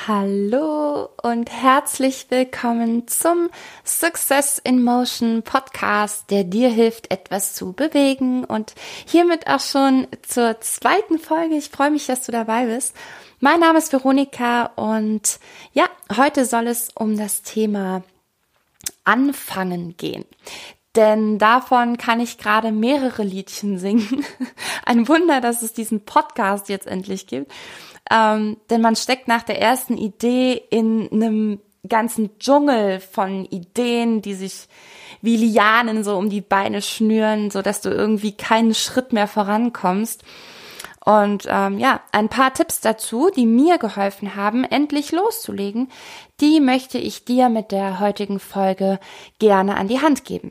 Hallo und herzlich willkommen zum Success in Motion Podcast, der dir hilft, etwas zu bewegen, und hiermit auch schon zur zweiten Folge. Ich freue mich, dass du dabei bist. Mein Name ist Veronika und ja, heute soll es um das Thema Anfangen gehen. Denn davon kann ich gerade mehrere Liedchen singen. Ein Wunder, dass es diesen Podcast jetzt endlich gibt. Denn man steckt nach der ersten Idee in einem ganzen Dschungel von Ideen, die sich wie Lianen so um die Beine schnüren, so dass du irgendwie keinen Schritt mehr vorankommst. Und ein paar Tipps dazu, die mir geholfen haben, endlich loszulegen, die möchte ich dir mit der heutigen Folge gerne an die Hand geben.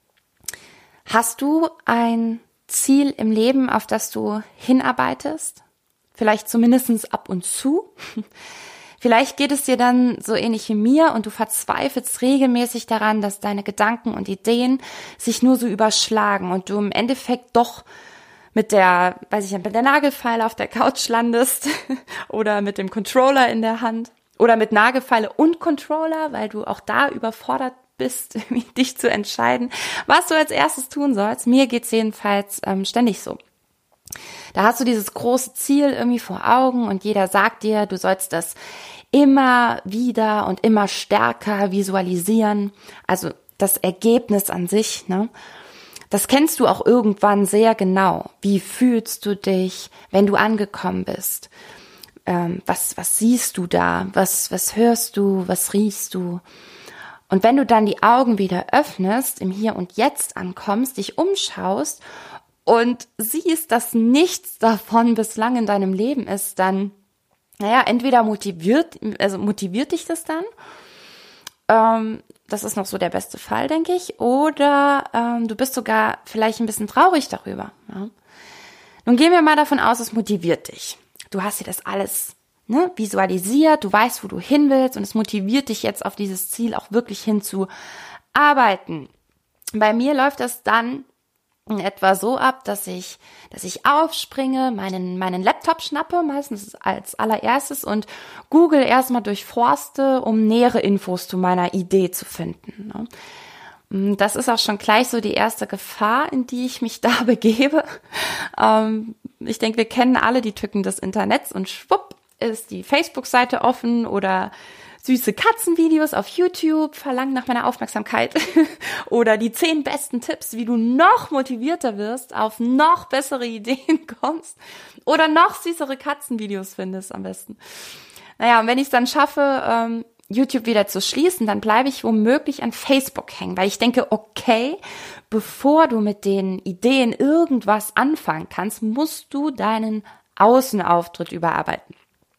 Hast du ein Ziel im Leben, auf das du hinarbeitest? Vielleicht zumindest ab und zu. Vielleicht geht es dir dann so ähnlich wie mir und du verzweifelst regelmäßig daran, dass deine Gedanken und Ideen sich nur so überschlagen und du im Endeffekt doch mit der Nagelfeile auf der Couch landest oder mit dem Controller in der Hand oder mit Nagelfeile und Controller, weil du auch da überfordert bist, dich zu entscheiden, was du als erstes tun sollst. Mir geht's jedenfalls ständig so. Da hast du dieses große Ziel irgendwie vor Augen und jeder sagt dir, du sollst das immer wieder und immer stärker visualisieren. Also das Ergebnis an sich, ne? Das kennst du auch irgendwann sehr genau. Wie fühlst du dich, wenn du angekommen bist? Was siehst du da? Was hörst du? Was riechst du? Und wenn du dann die Augen wieder öffnest, im Hier und Jetzt ankommst, dich umschaust und siehst, dass nichts davon bislang in deinem Leben ist, dann, entweder motiviert dich das dann, das ist noch so der beste Fall, denke ich, oder du bist sogar vielleicht ein bisschen traurig darüber. Ja. Nun gehen wir mal davon aus, es motiviert dich. Du hast dir das alles visualisiert, du weißt, wo du hin willst und es motiviert dich jetzt auf dieses Ziel auch wirklich hinzuarbeiten. Bei mir läuft das dann in etwa so ab, dass ich aufspringe, meinen Laptop schnappe, meistens als allererstes, und Google erstmal durchforste, um nähere Infos zu meiner Idee zu finden. Das ist auch schon gleich so die erste Gefahr, in die ich mich da begebe. Ich denke, wir kennen alle die Tücken des Internets und schwupp ist die Facebook-Seite offen oder süße Katzenvideos auf YouTube verlangen nach meiner Aufmerksamkeit oder die 10 besten Tipps, wie du noch motivierter wirst, auf noch bessere Ideen kommst oder noch süßere Katzenvideos findest am besten. Und wenn ich es dann schaffe, YouTube wieder zu schließen, dann bleibe ich womöglich an Facebook hängen, weil ich denke, okay, bevor du mit den Ideen irgendwas anfangen kannst, musst du deinen Außenauftritt überarbeiten.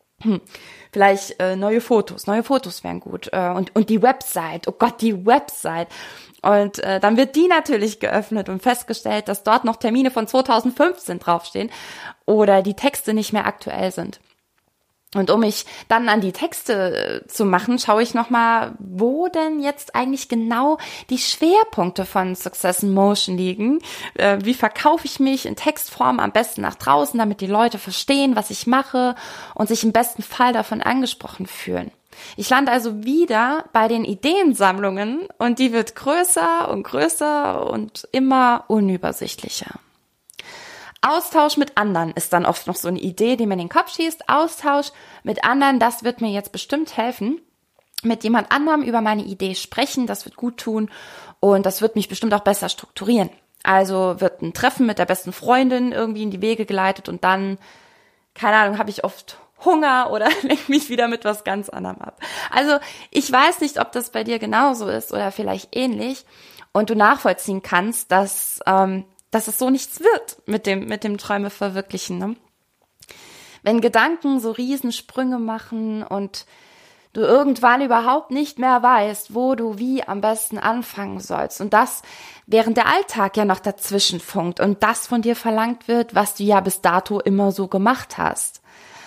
Vielleicht neue Fotos wären gut, und die Website, oh Gott, die Website. Und dann wird die natürlich geöffnet und festgestellt, dass dort noch Termine von 2015 draufstehen oder die Texte nicht mehr aktuell sind. Und um mich dann an die Texte zu machen, schaue ich nochmal, wo denn jetzt eigentlich genau die Schwerpunkte von Success in Motion liegen. Wie verkaufe ich mich in Textform am besten nach draußen, damit die Leute verstehen, was ich mache und sich im besten Fall davon angesprochen fühlen. Ich lande also wieder bei den Ideensammlungen und die wird größer und immer unübersichtlicher. Austausch mit anderen ist dann oft noch so eine Idee, die mir in den Kopf schießt. Austausch mit anderen, das wird mir jetzt bestimmt helfen. Mit jemand anderem über meine Idee sprechen, das wird gut tun und das wird mich bestimmt auch besser strukturieren. Also wird ein Treffen mit der besten Freundin irgendwie in die Wege geleitet und dann, keine Ahnung, habe ich oft Hunger oder lenke mich wieder mit was ganz anderem ab. Also ich weiß nicht, ob das bei dir genauso ist oder vielleicht ähnlich und du nachvollziehen kannst, dass es so nichts wird mit dem Träume verwirklichen. Ne? Wenn Gedanken so Riesensprünge machen und du irgendwann überhaupt nicht mehr weißt, wo du wie am besten anfangen sollst und das, während der Alltag ja noch dazwischen funkt und das von dir verlangt wird, was du ja bis dato immer so gemacht hast.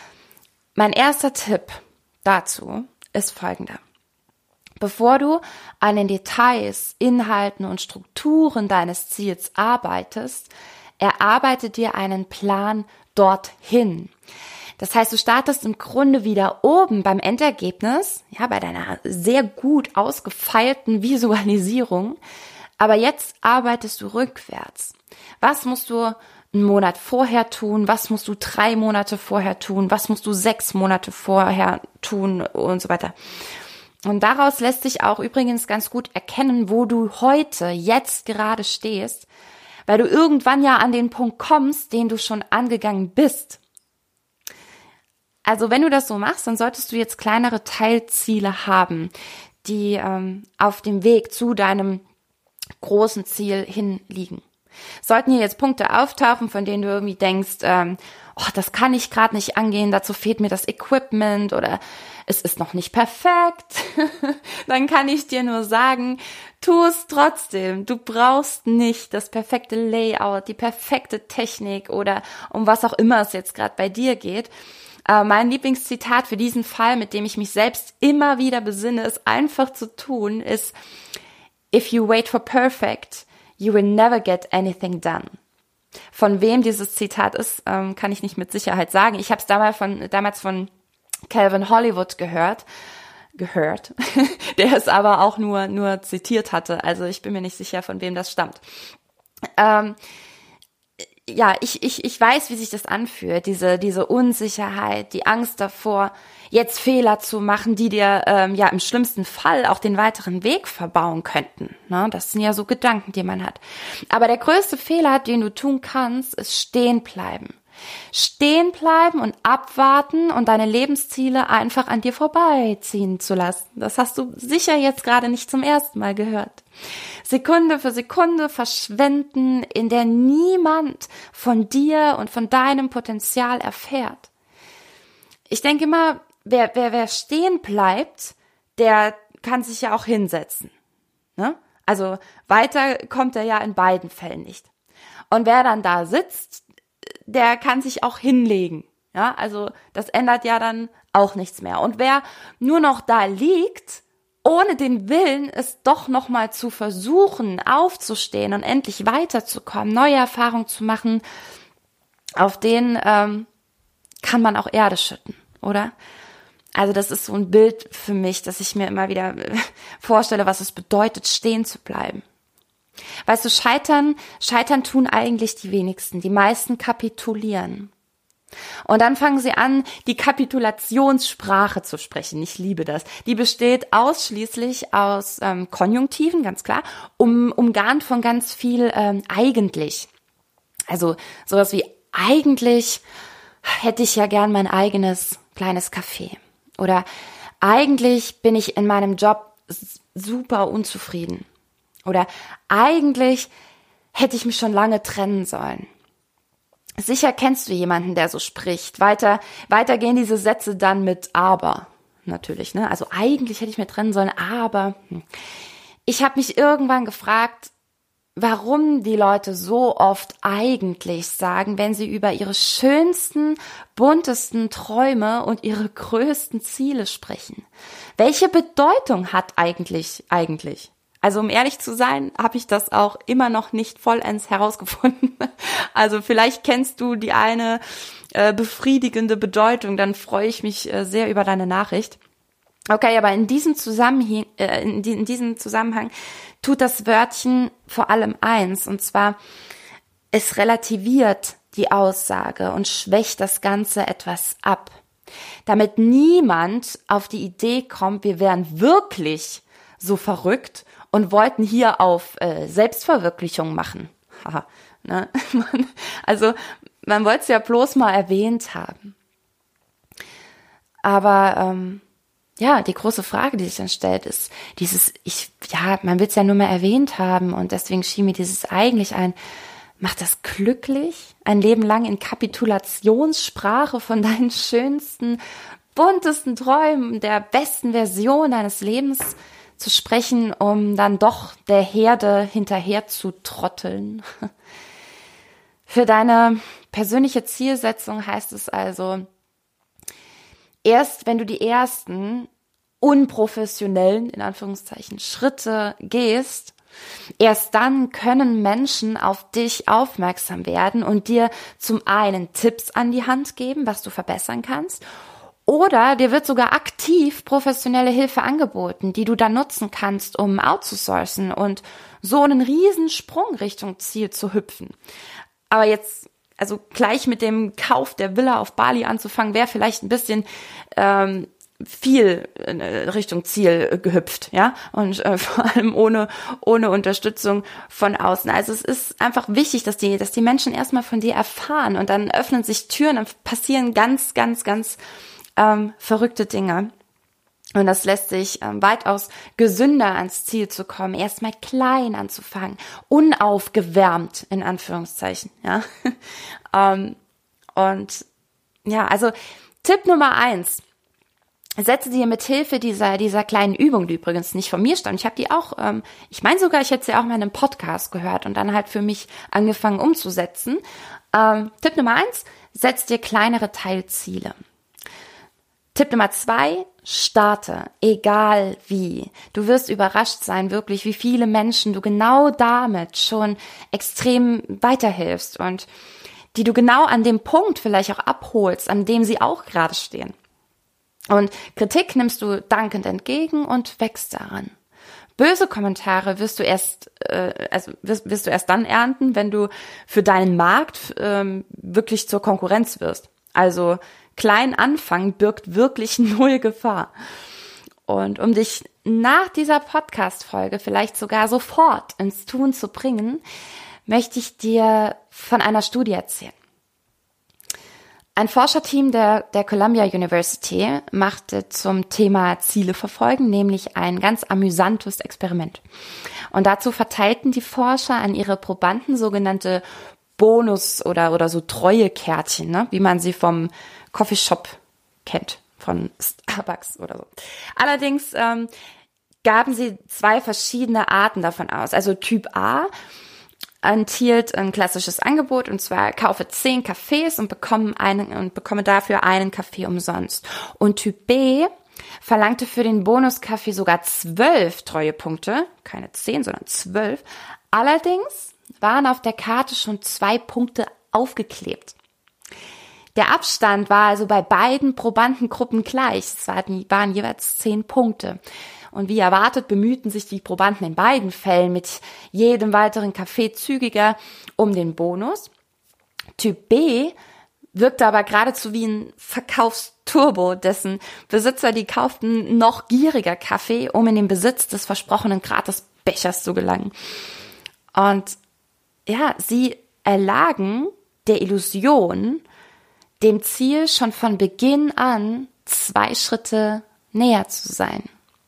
Mein erster Tipp dazu ist folgender. Bevor du an den Details, Inhalten und Strukturen deines Ziels arbeitest, erarbeite dir einen Plan dorthin. Das heißt, du startest im Grunde wieder oben beim Endergebnis, ja, bei deiner sehr gut ausgefeilten Visualisierung. Aber jetzt arbeitest du rückwärts. Was musst du einen Monat vorher tun? Was musst du 3 Monate vorher tun? Was musst du 6 Monate vorher tun? Und so weiter. Und daraus lässt sich auch übrigens ganz gut erkennen, wo du heute, jetzt gerade stehst, weil du irgendwann ja an den Punkt kommst, den du schon angegangen bist. Also wenn du das so machst, dann solltest du jetzt kleinere Teilziele haben, die auf dem Weg zu deinem großen Ziel hinliegen. Sollten hier jetzt Punkte auftauchen, von denen du irgendwie denkst, das kann ich gerade nicht angehen, dazu fehlt mir das Equipment oder es ist noch nicht perfekt, dann kann ich dir nur sagen, tu es trotzdem. Du brauchst nicht das perfekte Layout, die perfekte Technik oder um was auch immer es jetzt gerade bei dir geht. Mein Lieblingszitat für diesen Fall, mit dem ich mich selbst immer wieder besinne, es einfach zu tun, ist: If you wait for perfect, you will never get anything done. Von wem dieses Zitat ist, kann ich nicht mit Sicherheit sagen. Ich habe es damals von Calvin Hollywood gehört, der es aber auch nur zitiert hatte. Also ich bin mir nicht sicher, von wem das stammt. Ich weiß, wie sich das anfühlt, diese Unsicherheit, die Angst davor, jetzt Fehler zu machen, die dir im schlimmsten Fall auch den weiteren Weg verbauen könnten. Ne? Das sind ja so Gedanken, die man hat. Aber der größte Fehler, den du tun kannst, ist stehen bleiben. Stehen bleiben und abwarten und deine Lebensziele einfach an dir vorbeiziehen zu lassen. Das hast du sicher jetzt gerade nicht zum ersten Mal gehört. Sekunde für Sekunde verschwenden, in der niemand von dir und von deinem Potenzial erfährt. Ich denke immer, wer stehen bleibt, der kann sich ja auch hinsetzen. Ne? Also weiter kommt er ja in beiden Fällen nicht. Und wer dann da sitzt, der kann sich auch hinlegen. Ja, also das ändert ja dann auch nichts mehr. Und wer nur noch da liegt, ohne den Willen, es doch nochmal zu versuchen, aufzustehen und endlich weiterzukommen, neue Erfahrungen zu machen, auf den kann man auch Erde schütten, oder? Also das ist so ein Bild für mich, dass ich mir immer wieder vorstelle, was es bedeutet, stehen zu bleiben. Weißt du, scheitern tun eigentlich die wenigsten. Die meisten kapitulieren. Und dann fangen sie an, die Kapitulationssprache zu sprechen. Ich liebe das. Die besteht ausschließlich aus Konjunktiven, ganz klar, umgarnt von ganz viel eigentlich. Also sowas wie: eigentlich hätte ich ja gern mein eigenes kleines Café. Oder eigentlich bin ich in meinem Job super unzufrieden. Oder eigentlich hätte ich mich schon lange trennen sollen. Sicher kennst du jemanden, der so spricht. Weiter gehen diese Sätze dann mit aber. Natürlich, ne? Also eigentlich hätte ich mich trennen sollen, aber. Ich habe mich irgendwann gefragt, warum die Leute so oft eigentlich sagen, wenn sie über ihre schönsten, buntesten Träume und ihre größten Ziele sprechen. Welche Bedeutung hat eigentlich? Also um ehrlich zu sein, habe ich das auch immer noch nicht vollends herausgefunden. Also vielleicht kennst du die eine befriedigende Bedeutung, dann freue ich mich sehr über deine Nachricht. Okay, aber in diesem Zusammenhang tut das Wörtchen vor allem eins, und zwar: es relativiert die Aussage und schwächt das Ganze etwas ab, damit niemand auf die Idee kommt, wir wären wirklich so verrückt und wollten hier auf Selbstverwirklichung machen. Haha, ne? Also man wollte es ja bloß mal erwähnt haben. Aber die große Frage, die sich dann stellt, ist man will es ja nur mal erwähnt haben, und deswegen schien mir dieses eigentlich ein: macht das glücklich, ein Leben lang in Kapitulationssprache von deinen schönsten, buntesten Träumen, der besten Version deines Lebens zu sprechen, um dann doch der Herde hinterher zu trotteln? Für deine persönliche Zielsetzung heißt es also: erst wenn du die ersten unprofessionellen, in Anführungszeichen, Schritte gehst, Erst dann können Menschen auf dich aufmerksam werden und dir zum einen Tipps an die Hand geben, was du verbessern kannst, oder dir wird sogar aktiv professionelle Hilfe angeboten, die du dann nutzen kannst, um outzusourcen und so einen riesen Sprung Richtung Ziel zu hüpfen. Aber jetzt, also gleich mit dem Kauf der Villa auf Bali anzufangen, wäre vielleicht ein bisschen viel in Richtung Ziel gehüpft, ja, und vor allem ohne Unterstützung von außen. Also es ist einfach wichtig, dass die Menschen erstmal von dir erfahren und dann öffnen sich Türen und passieren ganz verrückte Dinge. Und das lässt sich weitaus gesünder ans Ziel zu kommen, erstmal klein anzufangen, unaufgewärmt in Anführungszeichen, ja. Und ja, also Tipp Nummer 1. Setze dir mit Hilfe dieser kleinen Übung, die übrigens nicht von mir stammt. Ich habe die auch, ich meine sogar, ich hätte sie auch mal in einem Podcast gehört und dann halt für mich angefangen umzusetzen. Tipp Nummer 1, setz dir kleinere Teilziele. Tipp Nummer 2, starte, egal wie. Du wirst überrascht sein, wirklich, wie viele Menschen du genau damit schon extrem weiterhilfst und die du genau an dem Punkt vielleicht auch abholst, an dem sie auch gerade stehen. Und Kritik nimmst du dankend entgegen und wächst daran. Böse Kommentare wirst du erst dann ernten, wenn du für deinen Markt wirklich zur Konkurrenz wirst. Also klein anfangen birgt wirklich null Gefahr. Und um dich nach dieser Podcast-Folge vielleicht sogar sofort ins Tun zu bringen, möchte ich dir von einer Studie erzählen. Ein Forscherteam der Columbia University machte zum Thema Ziele verfolgen, nämlich ein ganz amüsantes Experiment. Und dazu verteilten die Forscher an ihre Probanden sogenannte Bonus- oder so Treuekärtchen, ne? Wie man sie vom Coffeeshop kennt, von Starbucks oder so. Allerdings gaben sie 2 verschiedene Arten davon aus. Also Typ A enthielt ein klassisches Angebot, und zwar kaufe 10 Kaffees und bekomme dafür einen Kaffee umsonst. Und Typ B verlangte für den Bonuskaffee sogar 12 Treuepunkte, keine 10, sondern 12. Allerdings waren auf der Karte schon 2 Punkte aufgeklebt. Der Abstand war also bei beiden Probandengruppen gleich. Es waren jeweils 10 Punkte. Und wie erwartet bemühten sich die Probanden in beiden Fällen mit jedem weiteren Kaffee zügiger um den Bonus. Typ B wirkte aber geradezu wie ein Verkaufsturbo, dessen Besitzer die kauften noch gieriger Kaffee, um in den Besitz des versprochenen Gratisbechers zu gelangen. Und ja, sie erlagen der Illusion, dem Ziel schon von Beginn an 2 Schritte näher zu sein.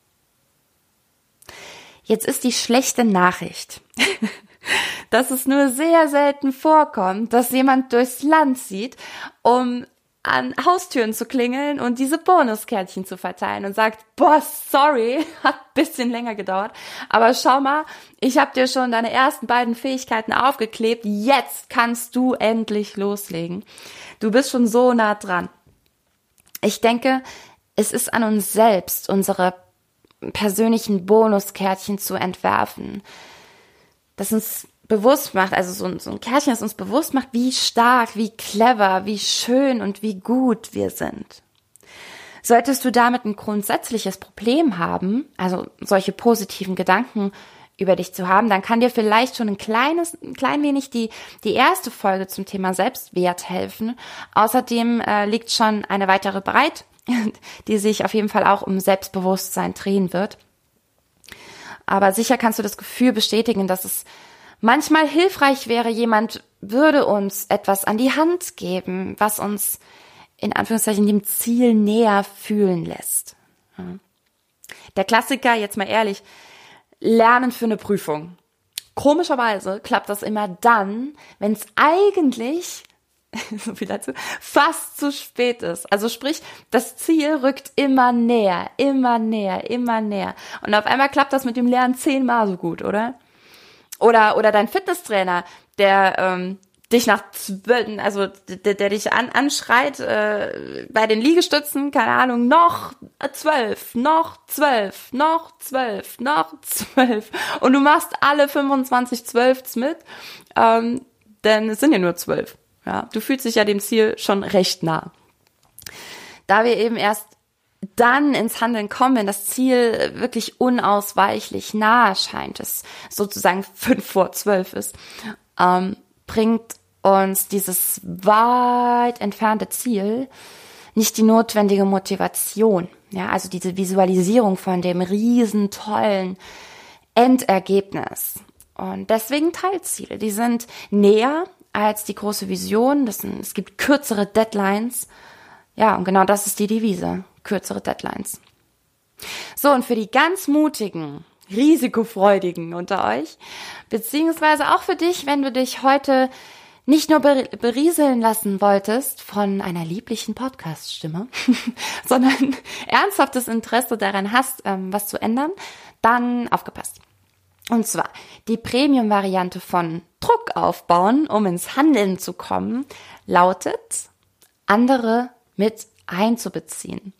Jetzt ist die schlechte Nachricht, dass es nur sehr selten vorkommt, dass jemand durchs Land zieht, um an Haustüren zu klingeln und diese Bonuskärtchen zu verteilen und sagt, boah, sorry, hat ein bisschen länger gedauert, aber schau mal, ich habe dir schon deine ersten beiden Fähigkeiten aufgeklebt, jetzt kannst du endlich loslegen. Du bist schon so nah dran. Ich denke, es ist an uns selbst, unsere persönlichen Bonuskärtchen zu entwerfen, das uns bewusst macht, also so ein Kärtchen, das uns bewusst macht, wie stark, wie clever, wie schön und wie gut wir sind. Solltest du damit ein grundsätzliches Problem haben, also solche positiven Gedanken über dich zu haben, dann kann dir vielleicht schon ein klein wenig die erste Folge zum Thema Selbstwert helfen. Außerdem liegt schon eine weitere bereit, die sich auf jeden Fall auch um Selbstbewusstsein drehen wird. Aber sicher kannst du das Gefühl bestätigen, dass es manchmal hilfreich wäre, jemand würde uns etwas an die Hand geben, was uns in Anführungszeichen dem Ziel näher fühlen lässt. Der Klassiker, jetzt mal ehrlich, Lernen für eine Prüfung. Komischerweise klappt das immer dann, wenn es eigentlich so viel dazu, fast zu spät ist. Also sprich, das Ziel rückt immer näher, immer näher, immer näher. Und auf einmal klappt das mit dem Lernen 10-mal so gut, oder? Oder dein Fitnesstrainer, der dich nach 12, also der dich anschreit bei den Liegestützen, keine Ahnung, noch 12, noch 12, noch 12, noch 12 und du machst alle 25 12 mit, denn es sind ja nur 12. Ja, du fühlst dich ja dem Ziel schon recht nah. Da wir eben erst dann ins Handeln kommen, wenn das Ziel wirklich unausweichlich nah erscheint, es sozusagen 5 vor 12 ist, bringt uns dieses weit entfernte Ziel nicht die notwendige Motivation. Ja, also diese Visualisierung von dem riesen tollen Endergebnis. Und deswegen Teilziele. Die sind näher als die große Vision. Es gibt kürzere Deadlines. Ja, und genau das ist die Devise. Kürzere Deadlines. So, und für die ganz mutigen, risikofreudigen unter euch, beziehungsweise auch für dich, wenn du dich heute nicht nur berieseln lassen wolltest von einer lieblichen Podcast-Stimme, sondern ernsthaftes Interesse daran hast, was zu ändern, dann aufgepasst. Und zwar die Premium-Variante von Druck aufbauen, um ins Handeln zu kommen, lautet, andere mit einzubeziehen.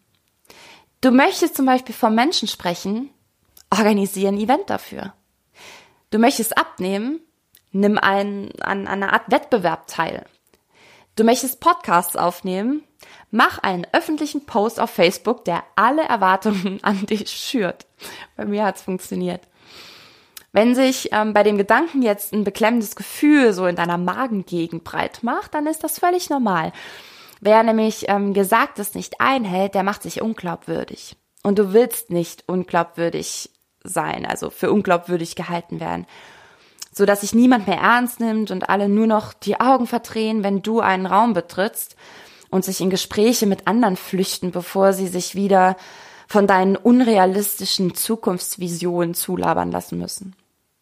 Du möchtest zum Beispiel vor Menschen sprechen, organisiere ein Event dafür. Du möchtest abnehmen, nimm an einer Art Wettbewerb teil. Du möchtest Podcasts aufnehmen, mach einen öffentlichen Post auf Facebook, der alle Erwartungen an dich schürt. Bei mir hat's funktioniert. Wenn sich bei dem Gedanken jetzt ein beklemmendes Gefühl so in deiner Magengegend breit macht, dann ist das völlig normal. Wer nämlich Gesagtes nicht einhält, der macht sich unglaubwürdig. Und du willst nicht unglaubwürdig sein, also für unglaubwürdig gehalten werden, so dass sich niemand mehr ernst nimmt und alle nur noch die Augen verdrehen, wenn du einen Raum betrittst und sich in Gespräche mit anderen flüchten, bevor sie sich wieder von deinen unrealistischen Zukunftsvisionen zulabern lassen müssen.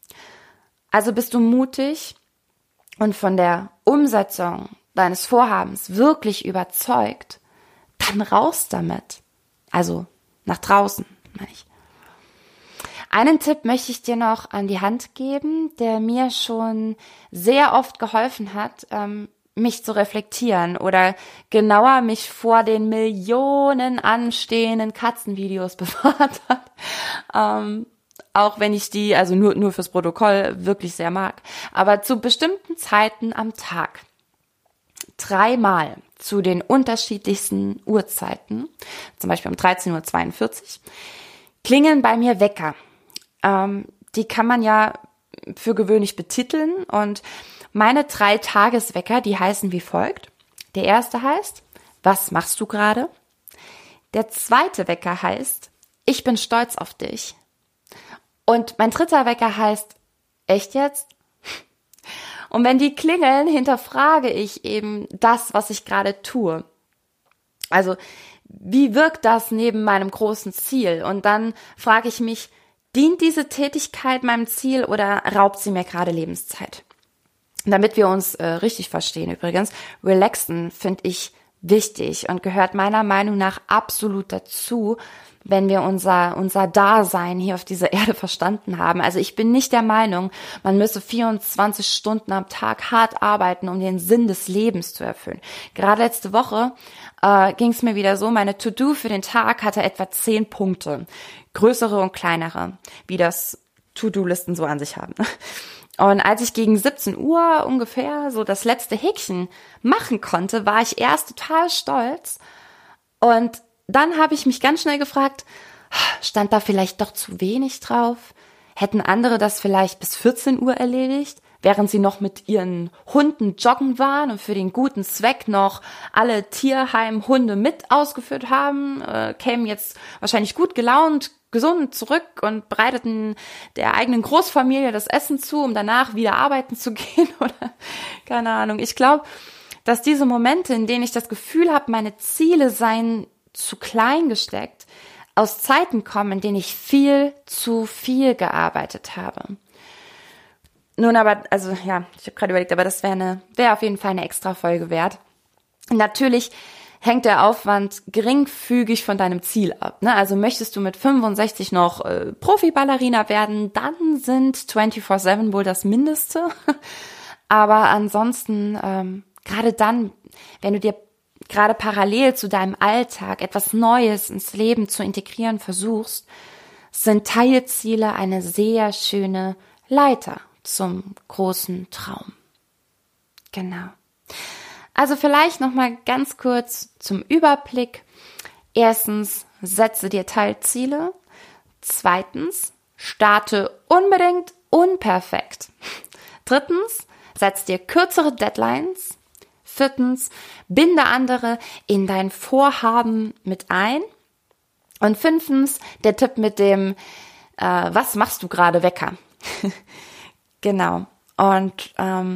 Also bist du mutig und von der Umsetzung deines Vorhabens wirklich überzeugt, dann raus damit. Also nach draußen, meine ich. Einen Tipp möchte ich dir noch an die Hand geben, der mir schon sehr oft geholfen hat, mich zu reflektieren oder genauer mich vor den Millionen anstehenden Katzenvideos bewahrt hat. Auch wenn ich die, also nur fürs Protokoll, wirklich sehr mag. Aber zu bestimmten Zeiten am Tag, 3-mal zu den unterschiedlichsten Uhrzeiten, zum Beispiel um 13:42 Uhr, klingeln bei mir Wecker. Die kann man ja für gewöhnlich betiteln und meine 3 Tageswecker, die heißen wie folgt. Der erste heißt, was machst du gerade? Der zweite Wecker heißt, ich bin stolz auf dich. Und mein dritter Wecker heißt, echt jetzt? Und wenn die klingeln, hinterfrage ich eben das, was ich gerade tue. Also, wie wirkt das neben meinem großen Ziel? Und dann frage ich mich, dient diese Tätigkeit meinem Ziel oder raubt sie mir gerade Lebenszeit? Damit wir uns richtig verstehen übrigens, relaxen finde ich wichtig und gehört meiner Meinung nach absolut dazu, wenn wir unser Dasein hier auf dieser Erde verstanden haben. Also ich bin nicht der Meinung, man müsse 24 Stunden am Tag hart arbeiten, um den Sinn des Lebens zu erfüllen. Gerade letzte Woche ging es mir wieder so, meine To-Do für den Tag hatte etwa 10 Punkte. Größere und kleinere, wie das To-Do-Listen so an sich haben. Und als ich gegen 17 Uhr ungefähr so das letzte Häkchen machen konnte, war ich erst total stolz. Und dann habe ich mich ganz schnell gefragt, stand da vielleicht doch zu wenig drauf? Hätten andere das vielleicht bis 14 Uhr erledigt, während sie noch mit ihren Hunden joggen waren und für den guten Zweck noch alle Tierheimhunde mit ausgeführt haben, kämen jetzt wahrscheinlich gut gelaunt, gesund zurück und bereiteten der eigenen Großfamilie das Essen zu, um danach wieder arbeiten zu gehen oder keine Ahnung. Ich glaube, dass diese Momente, in denen ich das Gefühl habe, meine Ziele seien zu klein gesteckt, aus Zeiten kommen, in denen ich viel zu viel gearbeitet habe. Nun aber, also ja, ich habe gerade überlegt, aber das wäre auf jeden Fall eine extra Folge wert. Natürlich hängt der Aufwand geringfügig von deinem Ziel ab. Ne? Also möchtest du mit 65 noch Profi-Ballerina werden, dann sind 24/7 wohl das Mindeste. Aber ansonsten, gerade dann, wenn du dir gerade parallel zu deinem Alltag etwas Neues ins Leben zu integrieren versuchst, sind Teilziele eine sehr schöne Leiter zum großen Traum. Genau. Also vielleicht nochmal ganz kurz zum Überblick. Erstens, setze dir Teilziele. Zweitens, starte unbedingt unperfekt. Drittens, setz dir kürzere Deadlines. Viertens, binde andere in dein Vorhaben mit ein. Und fünftens, der Tipp mit dem was machst du gerade Wecker? Genau. Und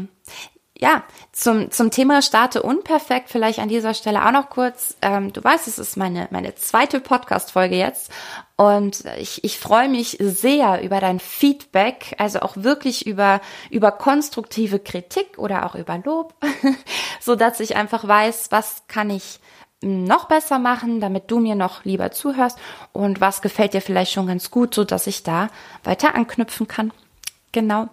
zum Thema Starte unperfekt vielleicht an dieser Stelle auch noch kurz. Du weißt, es ist meine zweite Podcast-Folge jetzt und ich freue mich sehr über dein Feedback, also auch wirklich über konstruktive Kritik oder auch über Lob, so dass ich einfach weiß, was kann ich noch besser machen, damit du mir noch lieber zuhörst und was gefällt dir vielleicht schon ganz gut, so dass ich da weiter anknüpfen kann. Genau.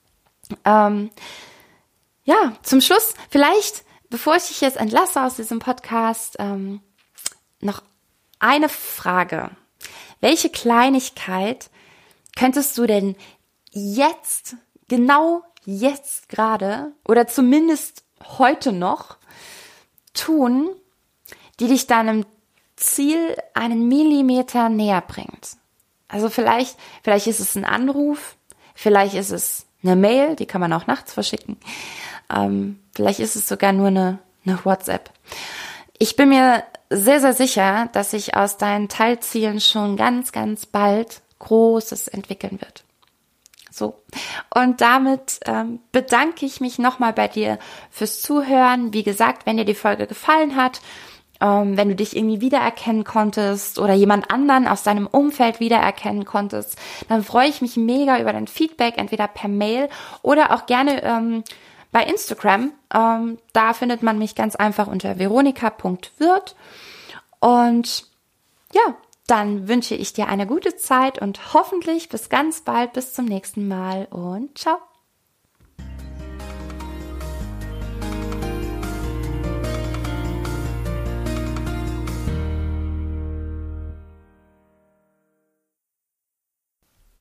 Zum Schluss vielleicht, bevor ich dich jetzt entlasse aus diesem Podcast, noch eine Frage. Welche Kleinigkeit könntest du denn jetzt, genau jetzt gerade oder zumindest heute noch tun, die dich deinem Ziel einen Millimeter näher bringt? Also vielleicht ist es ein Anruf, vielleicht ist es eine Mail, die kann man auch nachts verschicken. Vielleicht ist es sogar nur eine WhatsApp. Ich bin mir sehr, sehr sicher, dass sich aus deinen Teilzielen schon ganz, ganz bald Großes entwickeln wird. So. Und damit bedanke ich mich nochmal bei dir fürs Zuhören. Wie gesagt, wenn dir die Folge gefallen hat, wenn du dich irgendwie wiedererkennen konntest oder jemand anderen aus deinem Umfeld wiedererkennen konntest, dann freue ich mich mega über dein Feedback, entweder per Mail oder auch gerne bei Instagram. Da findet man mich ganz einfach unter veronika.wirth. Und ja, dann wünsche ich dir eine gute Zeit und hoffentlich bis ganz bald, bis zum nächsten Mal und ciao.